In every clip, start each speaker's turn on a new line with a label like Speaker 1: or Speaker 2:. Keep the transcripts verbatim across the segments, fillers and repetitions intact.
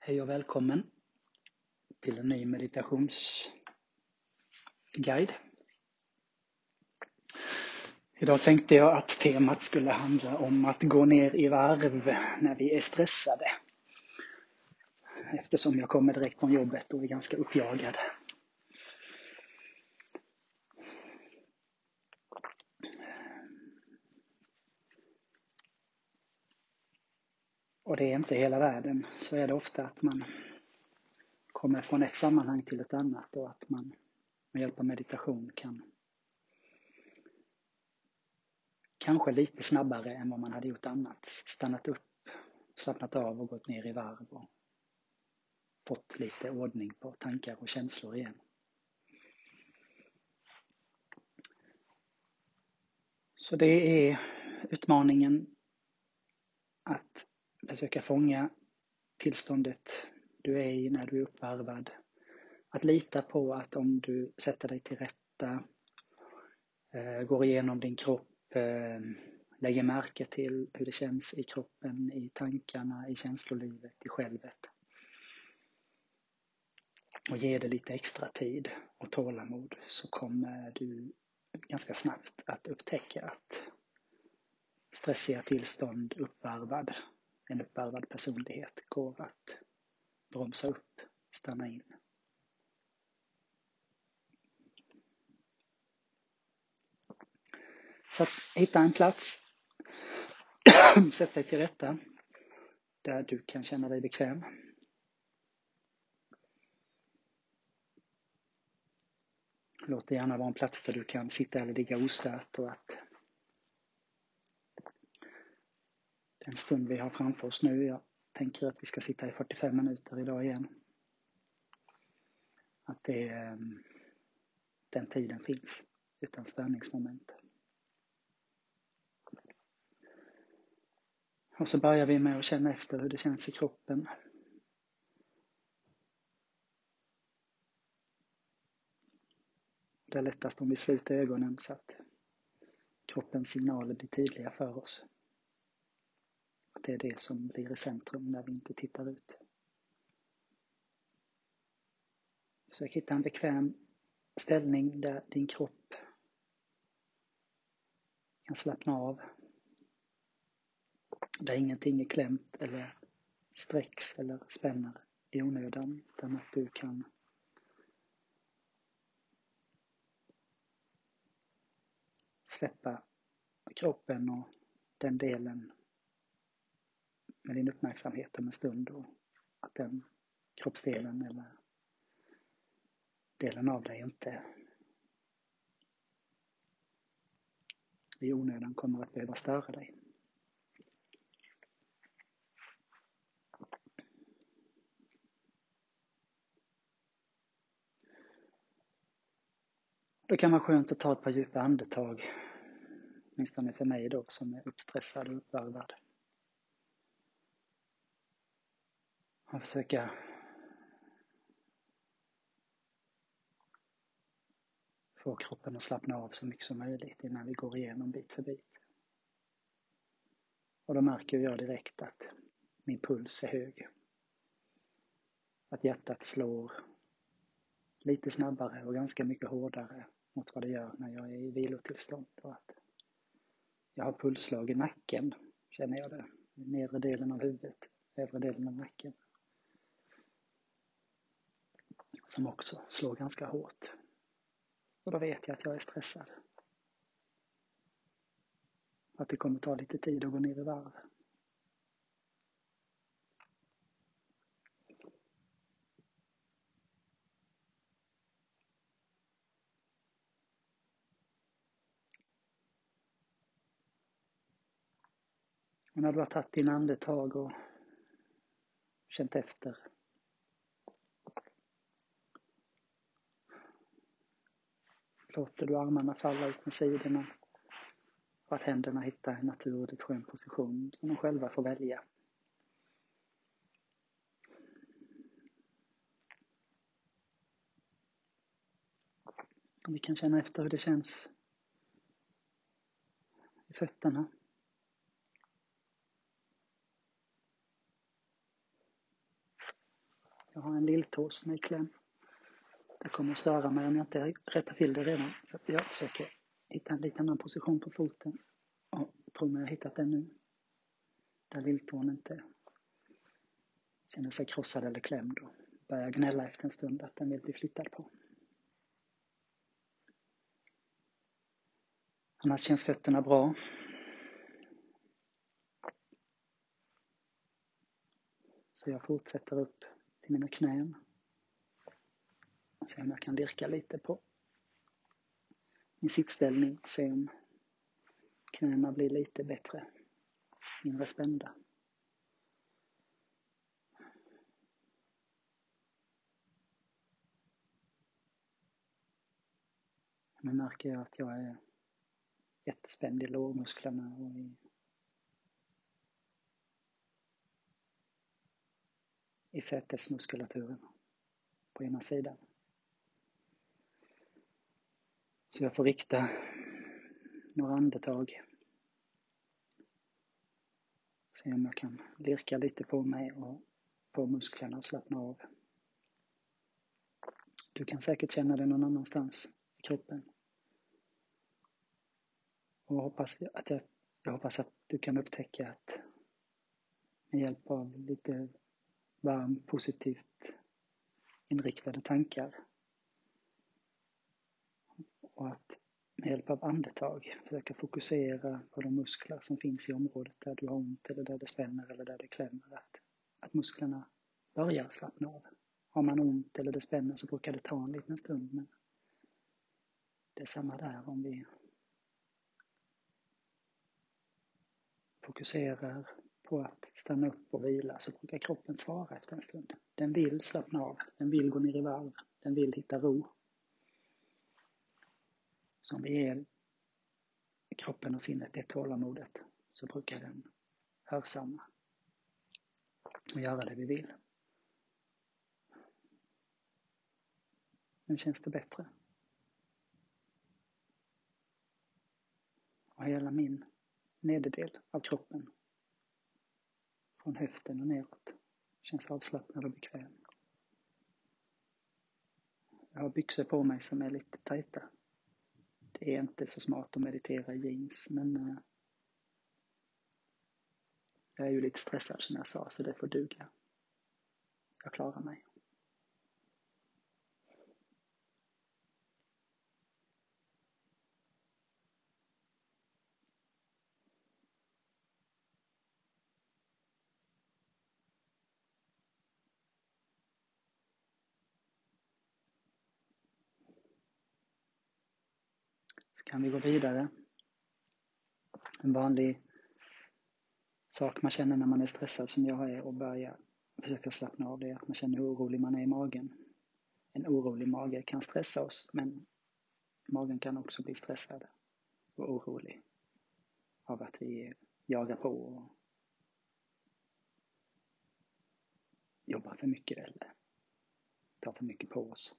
Speaker 1: Hej och välkommen till en ny meditationsguide. Idag tänkte jag att temat skulle handla om att gå ner i varv när vi är stressade. Eftersom jag kommer direkt från jobbet och är ganska uppjagad. Och det är inte hela världen, så är det ofta att man kommer från ett sammanhang till ett annat och att man med hjälp av meditation kan kanske lite snabbare än vad man hade gjort annat stannat upp, slappnat av och gått ner i varv och fått lite ordning på tankar och känslor igen. Så det är utmaningen att försöka fånga tillståndet du är i när du är uppvarvad. Att lita på att om du sätter dig till rätta, går igenom din kropp, lägger märke till hur det känns i kroppen, i tankarna, i känslolivet, i självet. Och ger det lite extra tid och tålamod, så kommer du ganska snabbt att upptäcka att stressiga tillstånd, uppvarvad, en uppvarvad personlighet går att bromsa upp, stanna in. Så att hitta en plats, sätt dig till rätta där du kan känna dig bekväm. Låt det gärna vara en plats där du kan sitta eller ligga ostört, och att den stund vi har framför oss nu, jag tänker att vi ska sitta i fyrtiofem minuter idag igen, att det, den tiden finns utan störningsmoment. Och så börjar vi med att känna efter hur det känns i kroppen. Det är lättast om vi sluter ögonen så att kroppens signaler blir tydliga för oss. Att det är det som blir i centrum när vi inte tittar ut. Försök hitta en bekväm ställning där din kropp kan slappna av. Där ingenting är klämt eller sträcks eller spänner i onödan, utan att du kan släppa kroppen och den delen med din uppmärksamhet om en stund, och att den kroppsdelen eller delen av dig inte i onödan kommer att behöva störa dig. Då kan man skönt att ta ett par djupa andetag, åtminstone för mig då som är uppstressad och uppvarvad. Och försöka få kroppen att slappna av så mycket som möjligt innan vi går igenom bit för bit. Och då märker jag direkt att min puls är hög. Att hjärtat slår lite snabbare och ganska mycket hårdare mot vad det gör när jag är i vilotillstånd. Och att jag har pulsslag i nacken, känner jag det. Nedre delen av huvudet, övre delen av nacken. Som också slår ganska hårt. Och då vet jag att jag är stressad. Att det kommer ta lite tid att gå ner i varv. Och när du har tagit din andetag och känt efter, låter du armarna falla ut med sidorna och att händerna hittar en naturligt skön position som de själva får välja. Och vi kan känna efter hur det känns i fötterna. Jag har en lilltå som är i kläm. Det kommer att störa mig om jag inte rättar till det redan. Så jag försöker hitta en lite annan position på foten. Och tror mig jag har hittat den nu. Där lilltån inte känner sig krossad eller klämd. Och börjar gnälla efter en stund att den vill bli flyttad på. Annars känns fötterna bra. Så jag fortsätter upp till mina knän. Och se om jag kan lirka lite på min sittställning. Och se om knäna blir lite bättre. Mindre spända. Nu märker jag att jag är jättespänd i lårmusklerna och i, i sätesmuskulaturen på ena sidan. Så jag får rikta några andetag. Se om jag kan lirka lite på mig och få musklerna att slappna av. Du kan säkert känna det någon annanstans i kroppen. Och hoppas att jag, jag hoppas att du kan upptäcka att med hjälp av lite varm, positivt inriktade tankar och att med hjälp av andetag försöka fokusera på de muskler som finns i området där du har ont eller där det spänner eller där det klämmer. Att, att musklerna börjar slappna av. Har man ont eller det spänner så brukar det ta en liten stund, men det är samma där. Om vi fokuserar på att stanna upp och vila så brukar kroppen svara efter en stund. Den vill slappna av, den vill gå ner i varv, den vill hitta ro. Så om vi ger kroppen och sinnet det tålamodet så brukar den hörsamma och göra det vi vill. Nu känns det bättre. Och hela min nederdel av kroppen, från höften och neråt, känns avslappnad och bekväm. Jag har byxor på mig som är lite tajta. Det är inte så smart att meditera i jeans, men eh, jag är ju lite stressad som jag sa, så det får duga. Jag klarar mig. Så kan vi gå vidare. En vanlig sak man känner när man är stressad som jag är och börja försöka slappna av det är att man känner hur orolig man är i magen. En orolig mage kan stressa oss, men magen kan också bli stressad och orolig av att vi jagar på och jobbar för mycket eller tar för mycket på oss.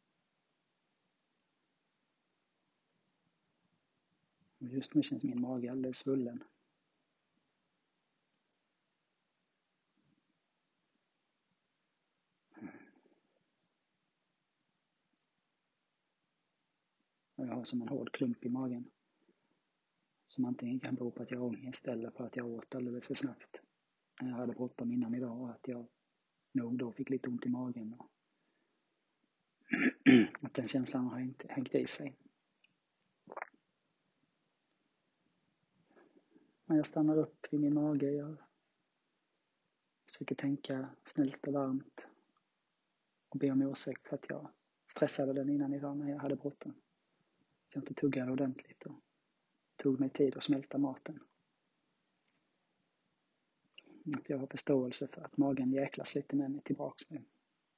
Speaker 1: Och just nu känns min mage alldeles svullen. Och jag har som en hård klump i magen. Som antingen kan bero på att jag har ångest eller på att jag åt alldeles för snabbt. Jag hade bråttom innan idag och att jag nog då fick lite ont i magen. Och att den känslan har inte hängt i sig. Men jag stannar upp i min mage. Jag försöker tänka snällt och varmt. Och be om ursäkt för att jag stressade den innan idag när jag hade bråttom. Jag inte tuggade ordentligt och tog mig tid att smälta maten. Att jag har förståelse för att magen jäklas lite med mig tillbaks nu.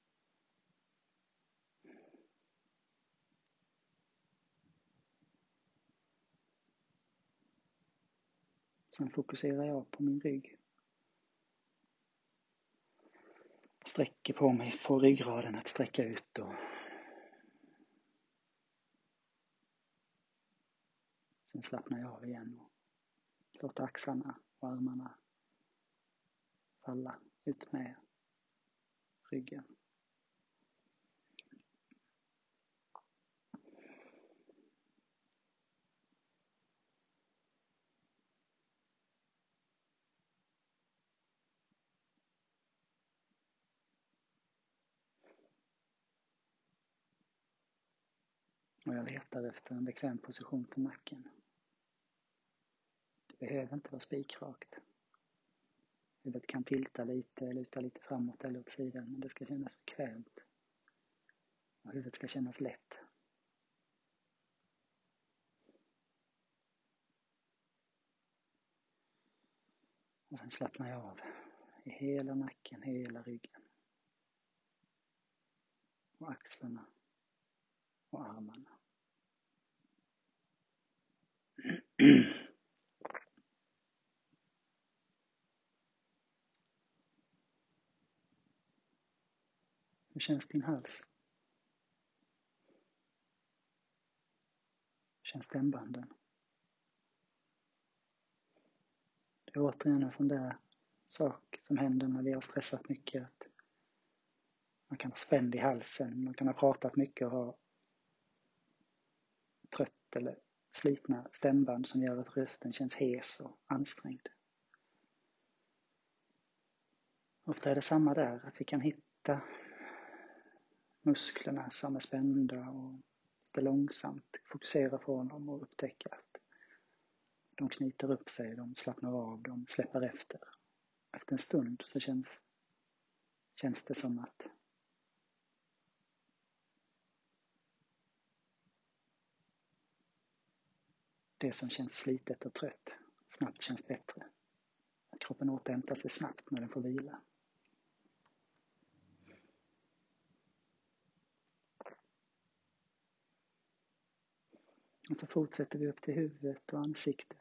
Speaker 1: Sen fokuserar jag på min rygg. Sträcker på mig, får ryggraden att sträcka ut och sen slappnar jag av igen och låter axlarna och armarna falla ut med ryggen. Och jag letar efter en bekväm position för nacken. Det behöver inte vara spikrakt. Huvudet kan tilta lite, luta lite framåt eller åt sidan, men det ska kännas bekvämt. Och huvudet ska kännas lätt. Och sen slappnar jag av i hela nacken, hela ryggen. Och axlarna och armarna. Hur känns din hals? Hur känns stämbanden? Det är återigen en sån där sak som händer när vi har stressat mycket. Att man kan ha spänd i halsen, man kan ha pratat mycket och ha trött eller slitna stämband som gör att rösten känns hes och ansträngd. Ofta är det samma där, att vi kan hitta musklerna som är spända och lite långsamt fokusera på dem och upptäcka att de knyter upp sig, de slappnar av, de släpper efter. Efter en stund så känns, känns det som att det som känns slitet och trött snabbt känns bättre. Att kroppen återhämtar sig snabbt när den får vila. Och så fortsätter vi upp till huvudet och ansiktet.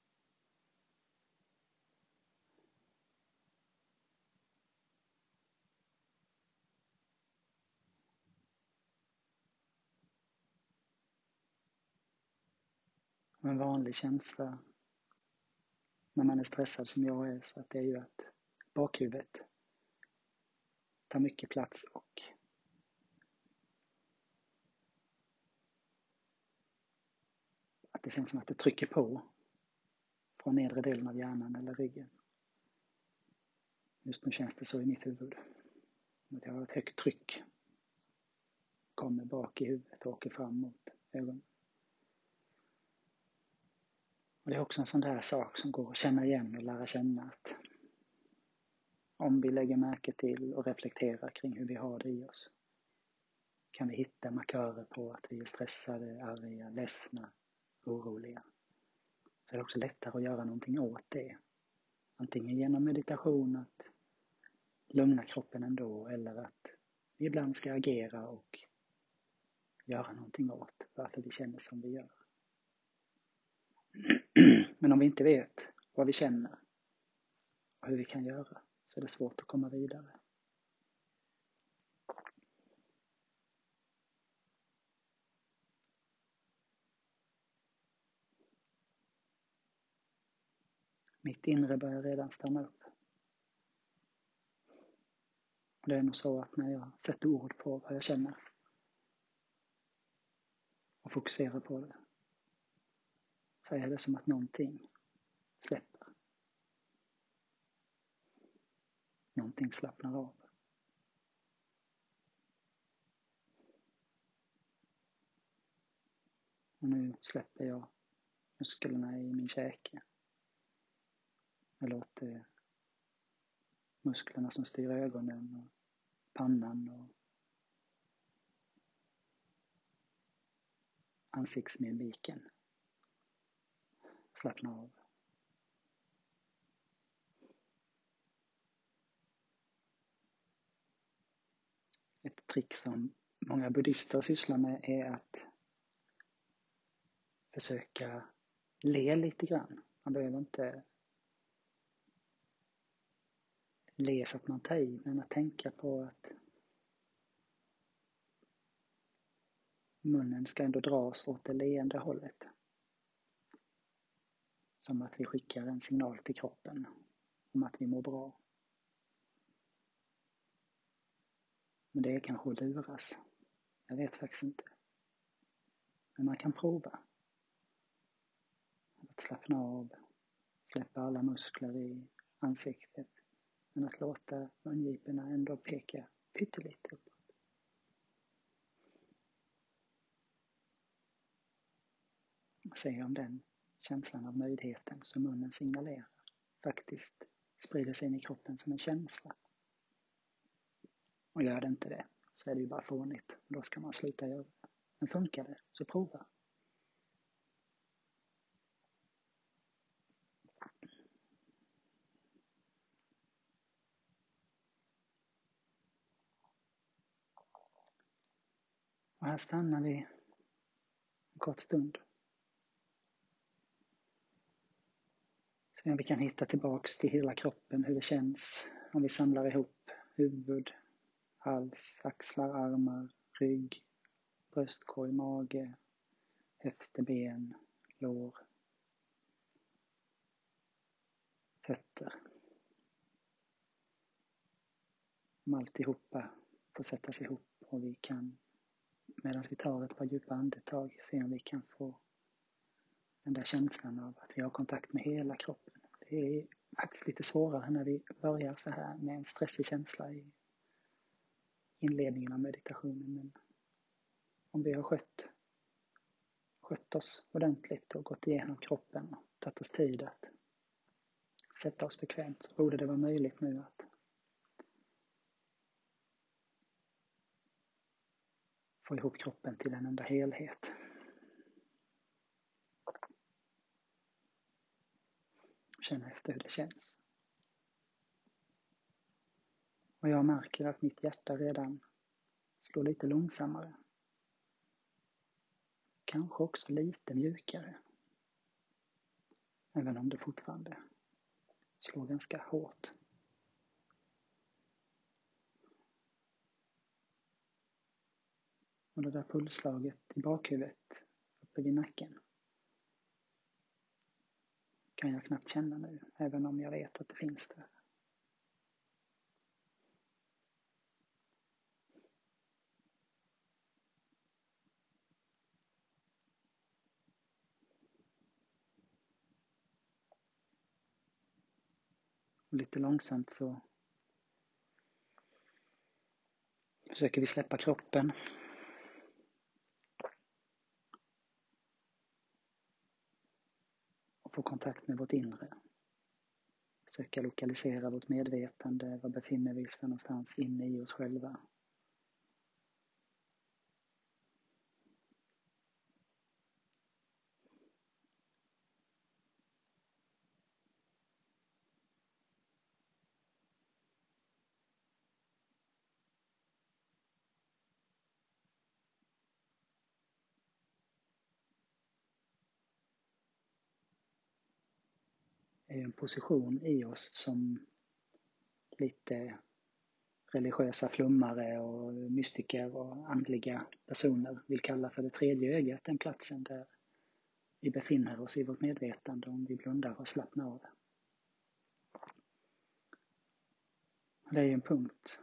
Speaker 1: Och en vanlig känsla när man är stressad som jag är, så att det är ju att bakhuvudet tar mycket plats och att det känns som att det trycker på från nedre delen av hjärnan eller ryggen. Just nu känns det så i mitt huvud. Att jag har ett högt tryck. Kommer bak i huvudet och åker fram mot ögonen. Och det är också en sån där sak som går att känna igen och lära känna att om vi lägger märke till och reflekterar kring hur vi har det i oss, kan vi hitta markörer på att vi är stressade, arga, ledsna, oroliga. Så är det också lättare att göra någonting åt det. Antingen genom meditation att lugna kroppen ändå, eller att vi ibland ska agera och göra någonting åt varför vi känner som vi gör. Men om vi inte vet vad vi känner och hur vi kan göra, så är det svårt att komma vidare. Mitt inre börjar redan stanna upp. Och det är nog så att när jag sätter ord på vad jag känner och fokuserar på det, så är det som att någonting släpper. Någonting slappnar av. Och nu släpper jag musklerna i min käke. Jag låter musklerna som styr ögonen och pannan och ansiktsmimiken slappna av. Ett trick som många buddhister sysslar med är att försöka le lite grann. Man behöver inte le så att man tar i, men att tänka på att munnen ska ändå dras åt det leende hållet. Som att vi skickar en signal till kroppen om att vi mår bra. Men det är kanske att luras. Jag vet faktiskt inte. Men man kan prova. Att slappna av. Släppa alla muskler i ansiktet. Men att låta mungiporna ändå peka pyttelite uppåt. Se om den känslan av nöjdheten som munnen signalerar faktiskt sprider sig in i kroppen som en känsla. Och gör det inte det så är det ju bara fånigt. Då ska man sluta göra det. Men funkar det så prova. Och här stannar vi en kort stund. Så om vi kan hitta tillbaks till hela kroppen, hur det känns om vi samlar ihop huvud, hals, axlar, armar, rygg, bröstkorg, mage, höfter, ben, lår, fötter. Om alltihopa får sättas ihop och vi kan, medan vi tar ett par djupa andetag, se om vi kan få den där känslan av att vi har kontakt med hela kroppen. Det är faktiskt lite svårare när vi börjar så här med en stressig känsla i inledningen av meditationen. Men om vi har skött, skött oss ordentligt och gått igenom kroppen och tagit oss tid att sätta oss bekvämt, så borde det vara möjligt nu att få ihop kroppen till en enda helhet. Känna efter hur det känns. Och jag märker att mitt hjärta redan slår lite långsammare. Kanske också lite mjukare. Även om det fortfarande slår ganska hårt. Och det där pulsslaget i bakhuvudet uppe vid nacken kan jag knappt känna nu, även om jag vet att det finns där. Och lite långsamt så försöker vi släppa kroppen. Och få kontakt med vårt inre. Försöka lokalisera vårt medvetande. Var befinner vi oss för någonstans inne i oss själva? Det är en position i oss som lite religiösa flummare och mystiker och andliga personer vill kalla för det tredje ögat. Den platsen där vi befinner oss i vårt medvetande om vi blundar och slappnar av. Det är en punkt.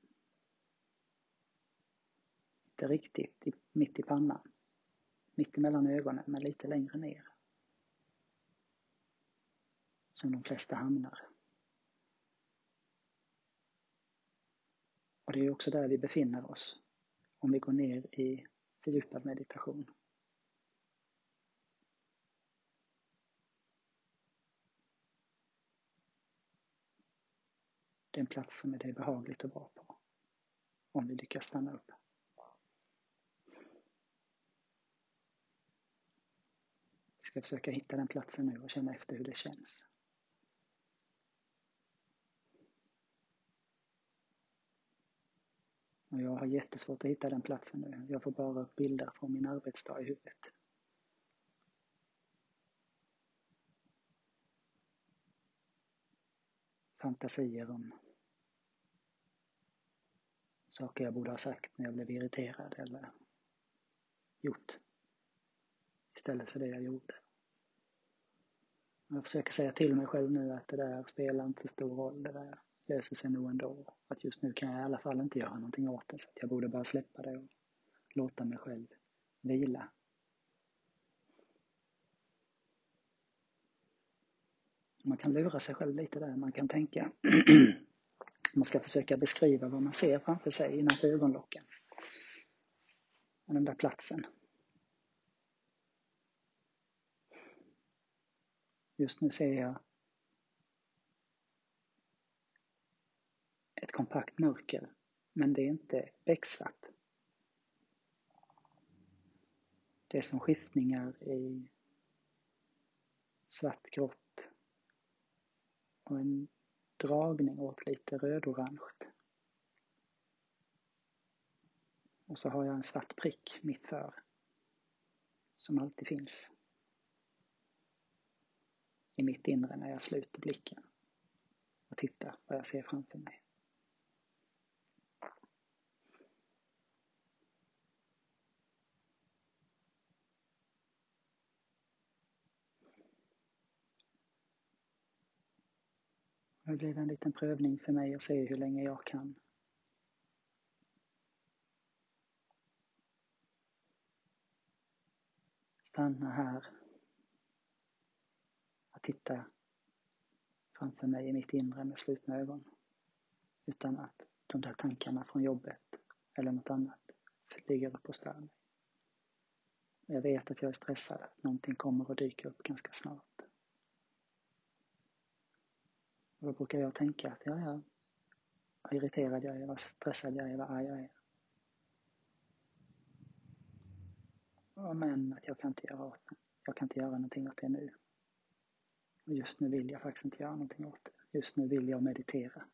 Speaker 1: Inte riktigt mitt i pannan. Mitt emellan ögonen men lite längre ner. Som de flesta hamnar. Och det är också där vi befinner oss om vi går ner i fördjupad meditation. Det är en plats som är det behagligt att vara på. Om vi lyckas stanna upp. Vi ska försöka hitta den platsen nu och känna efter hur det känns. Och jag har jättesvårt att hitta den platsen nu. Jag får bara upp bilder från min arbetsdag i huvudet. Fantasier om saker jag borde ha sagt när jag blev irriterad eller gjort istället för det jag gjorde. Jag försöker säga till mig själv nu att det där spelar inte så stor roll. Det där löser sig nog ändå. Att just nu kan jag i alla fall inte göra någonting åt det. Så att jag borde bara släppa det och låta mig själv vila. Man kan lura sig själv lite där. Man kan tänka. Man ska försöka beskriva vad man ser framför sig innanför ögonlocken. Den där platsen. Just nu ser jag ett kompakt mörker, men det är inte becksvart. Det är som skiftningar i svartgrått och en dragning åt lite rödorange. Och så har jag en svart prick mitt för, som alltid finns i mitt inre när jag sluter blicken och tittar vad jag ser framför mig. Nu blir det en liten prövning för mig att se hur länge jag kan stanna här och titta framför mig i mitt inre med slutna ögon, utan att de där tankarna från jobbet eller något annat ligger upp och stör mig. Jag vet att jag är stressad, att någonting kommer att dyka upp ganska snart. Och då brukar jag tänka att ja, ja, vad irriterad jag är, vad stressad jag är, vad arg jag är. Men att jag kan inte göra åt det. Jag kan inte göra någonting åt det nu. Och just nu vill jag faktiskt inte göra någonting åt det. Just nu vill jag meditera.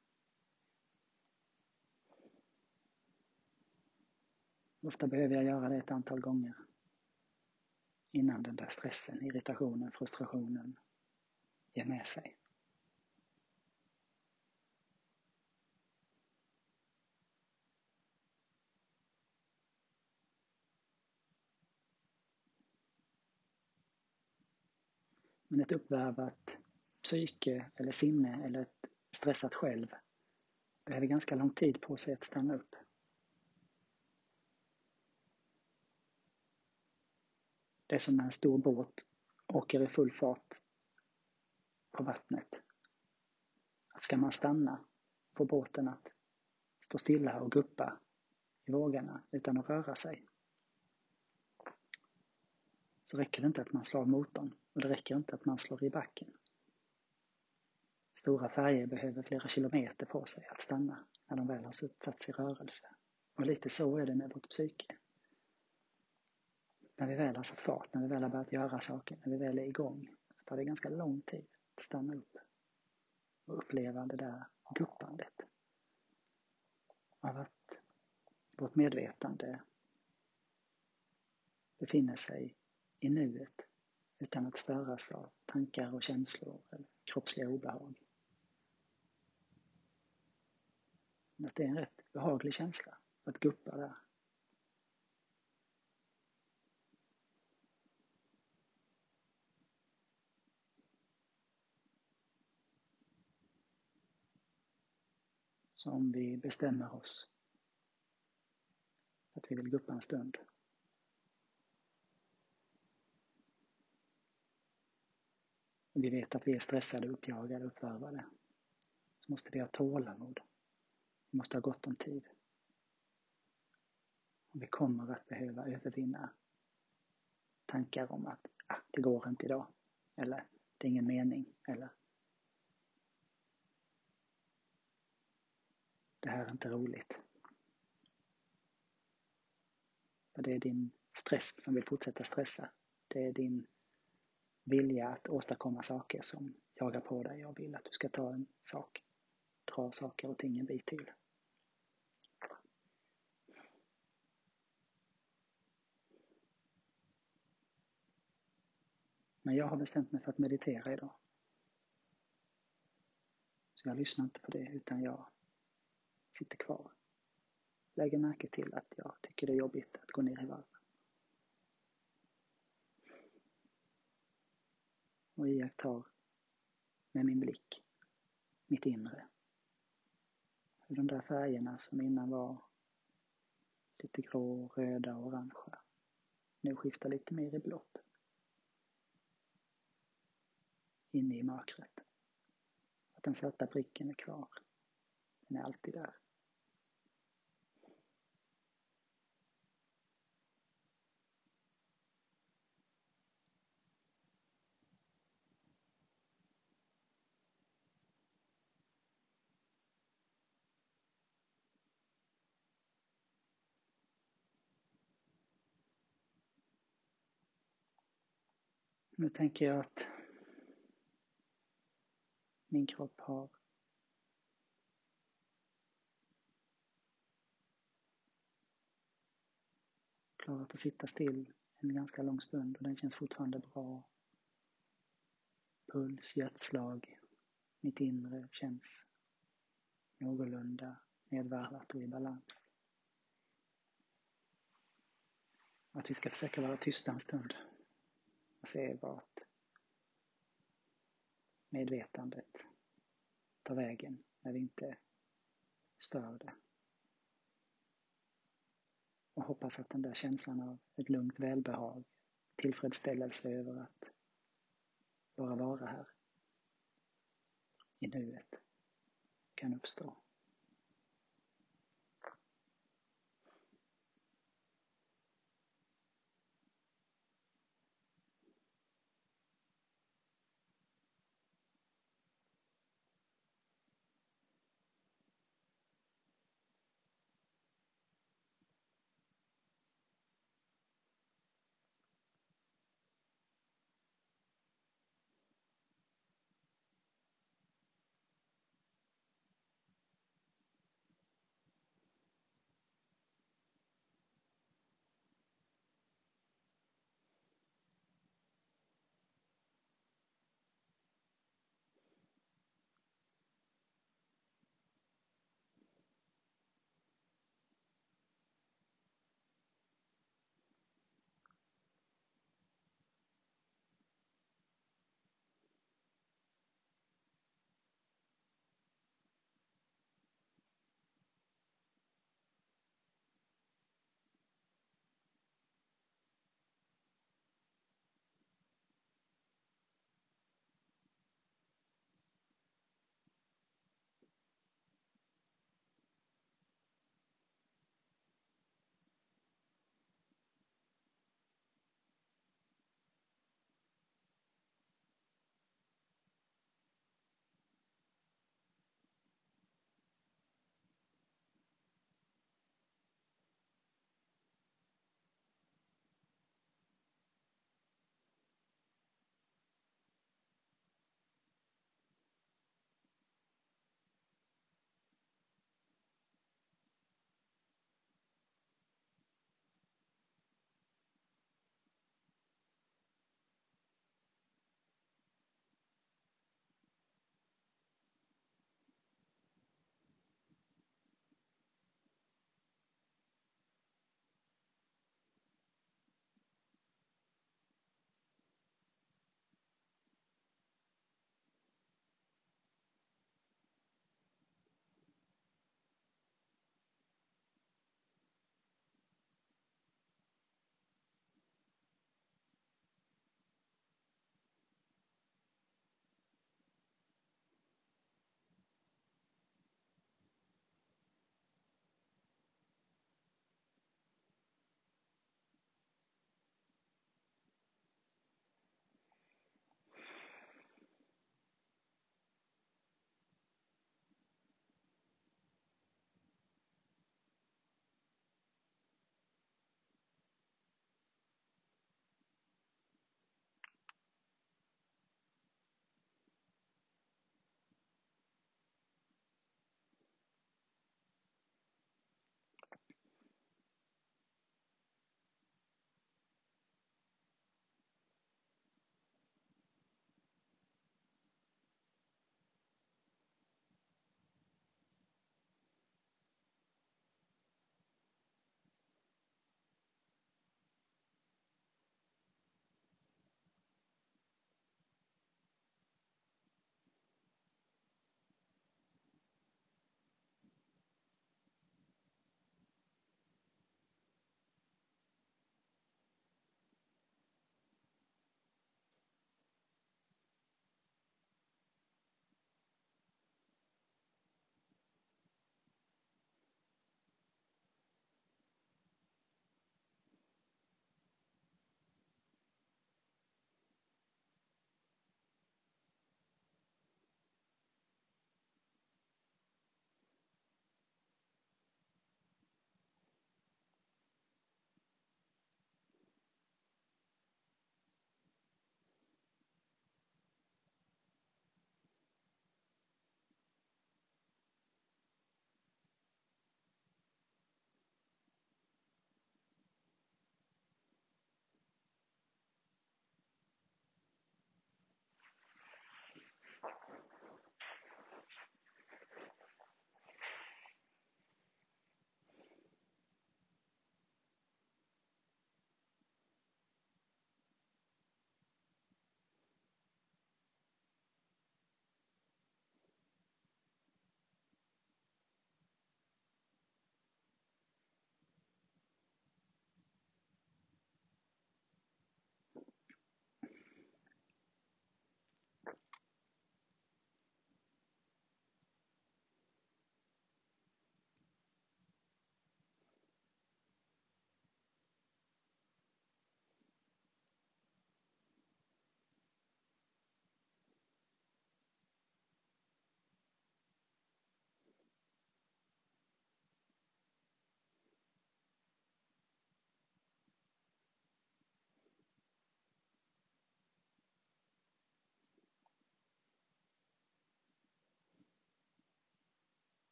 Speaker 1: Ofta behöver jag göra det ett antal gånger innan den där stressen, irritationen, frustrationen ger med sig. Men ett uppvärvat psyke eller sinne eller ett stressat själv behöver ganska lång tid på sig att stanna upp. Det är som när en stor båt åker i full fart på vattnet. Ska man stanna på båten att stå stilla och guppa i vågorna utan att röra sig, så räcker det inte att man slår motorn och det räcker inte att man slår i backen. Stora färger behöver flera kilometer på sig att stanna när de väl har satts i rörelse. Och lite så är det med vårt psyke. När vi väl har satt fart, när vi väl har börjat göra saker, när vi väl är igång, så tar det ganska lång tid att stanna upp och uppleva det där guppandet av att vårt medvetande befinner sig i nuet utan att störas av tankar och känslor eller kroppsliga obehag. Att det är en rätt behaglig känsla att guppa där. Så om vi bestämmer oss att vi vill guppa en stund, och vi vet att vi är stressade, uppjagade, uppvärvade, så måste vi ha tålamod. Vi måste ha gott om tid. Och vi kommer att behöva övervinna tankar om att ah, det går inte idag, eller det är ingen mening, eller det här är inte roligt. För det är din stress som vill fortsätta stressa. Det är din vilja att åstadkomma saker som jagar på dig och vill att du ska ta en sak, dra saker och ting en bit till. Men jag har bestämt mig för att meditera idag. Så jag lyssnar inte på det, utan jag sitter kvar. Lägger märke till att jag tycker det är jobbigt att gå ner i varv. Och iakttar med min blick mitt inre. Hur de där färgerna som innan var lite grå, röda och orangea nu skiftar lite mer i blått. Inne i mörkret. Att den svarta pricken är kvar. Den är alltid där. Nu tänker jag att min kropp har klarat att sitta still en ganska lång stund och den känns fortfarande bra. Puls, hjärtslag, mitt inre känns någorlunda nedvarvat och i balans. Att vi ska försöka vara tysta en stund och se vart medvetandet tar vägen när vi inte stör det. Och hoppas att den där känslan av ett lugnt välbehag, tillfredsställelse över att bara vara här i nuet kan uppstå.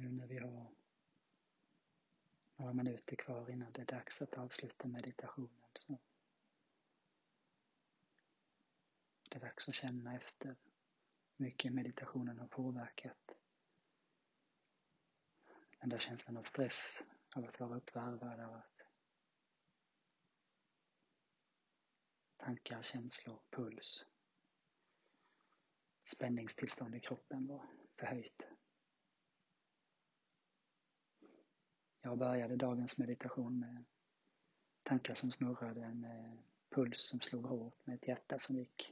Speaker 1: nu när vi har några minuter kvar innan det är dags att avsluta meditationen, så det är dags att känna efter hur mycket meditationen har påverkat den där känslan av stress, av att vara uppvarvad, av att tankar, känslor, puls, spänningstillstånd i kroppen var förhöjt. Jag började dagens meditation med tankar som snurrade, med puls som slog hårt, med ett hjärta som gick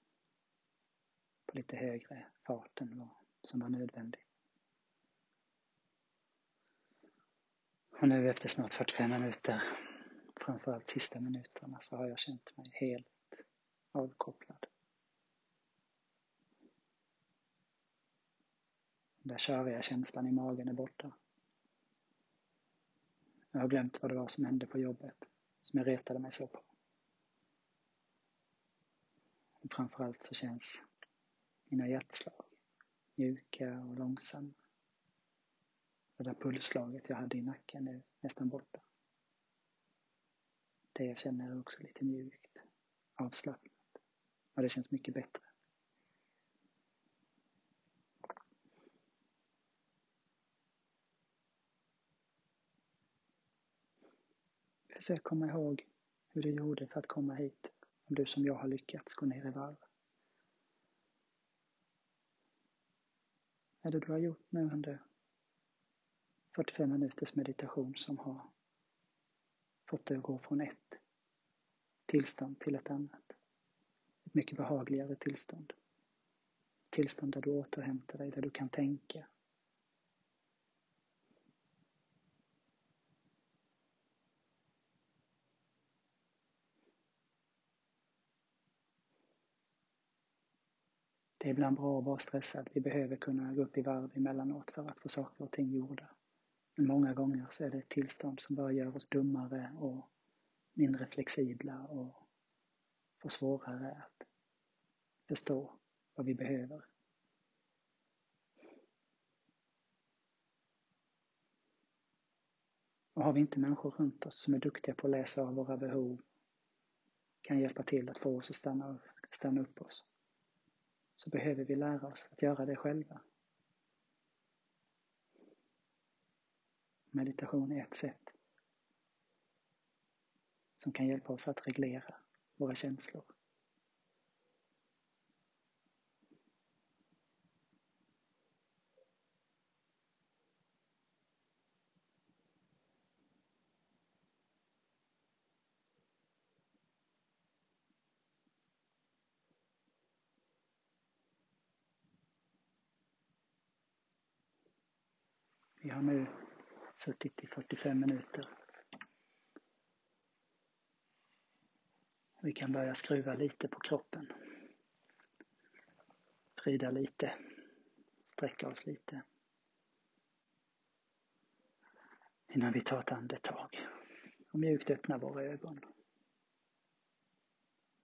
Speaker 1: på lite högre fart än vad som var nödvändigt. Och nu efter snart fyrtiofem minuter, framförallt sista minuterna, så har jag känt mig helt avkopplad. Den där köriga känslan i magen är borta. Jag har glömt vad det var som hände på jobbet, som jag retade mig så på. Och framförallt så känns mina hjärtslag mjuka och långsamma. Det där pulsslaget jag hade i nacken är nästan borta. Det jag känner är också lite mjukt, avslappnat. Och det känns mycket bättre. Försök komma ihåg hur du gjorde för att komma hit, om du som jag har lyckats gå ner i varv. Är det du har gjort nu under fyrtiofem minuters meditation som har fått dig att gå från ett tillstånd till ett annat. Ett mycket behagligare tillstånd. Ett tillstånd där du återhämtar dig, där du kan tänka. Det är ibland bra att vara stressad. Vi behöver kunna gå upp i varv emellanåt för att få saker och ting gjorda. Men många gånger så är det ett tillstånd som bara gör oss dummare och mindre flexibla och får svårare att förstå vad vi behöver. Och har vi inte människor runt oss som är duktiga på att läsa av våra behov, kan hjälpa till att få oss att stanna, stanna upp oss, så behöver vi lära oss att göra det själva. Meditation är ett sätt som kan hjälpa oss att reglera våra känslor. Vi har nu suttit i fyrtiofem minuter. Vi kan börja skruva lite på kroppen. Vrida lite. Sträcka oss lite. Innan vi tar ett andetag. Och mjukt öppna våra ögon.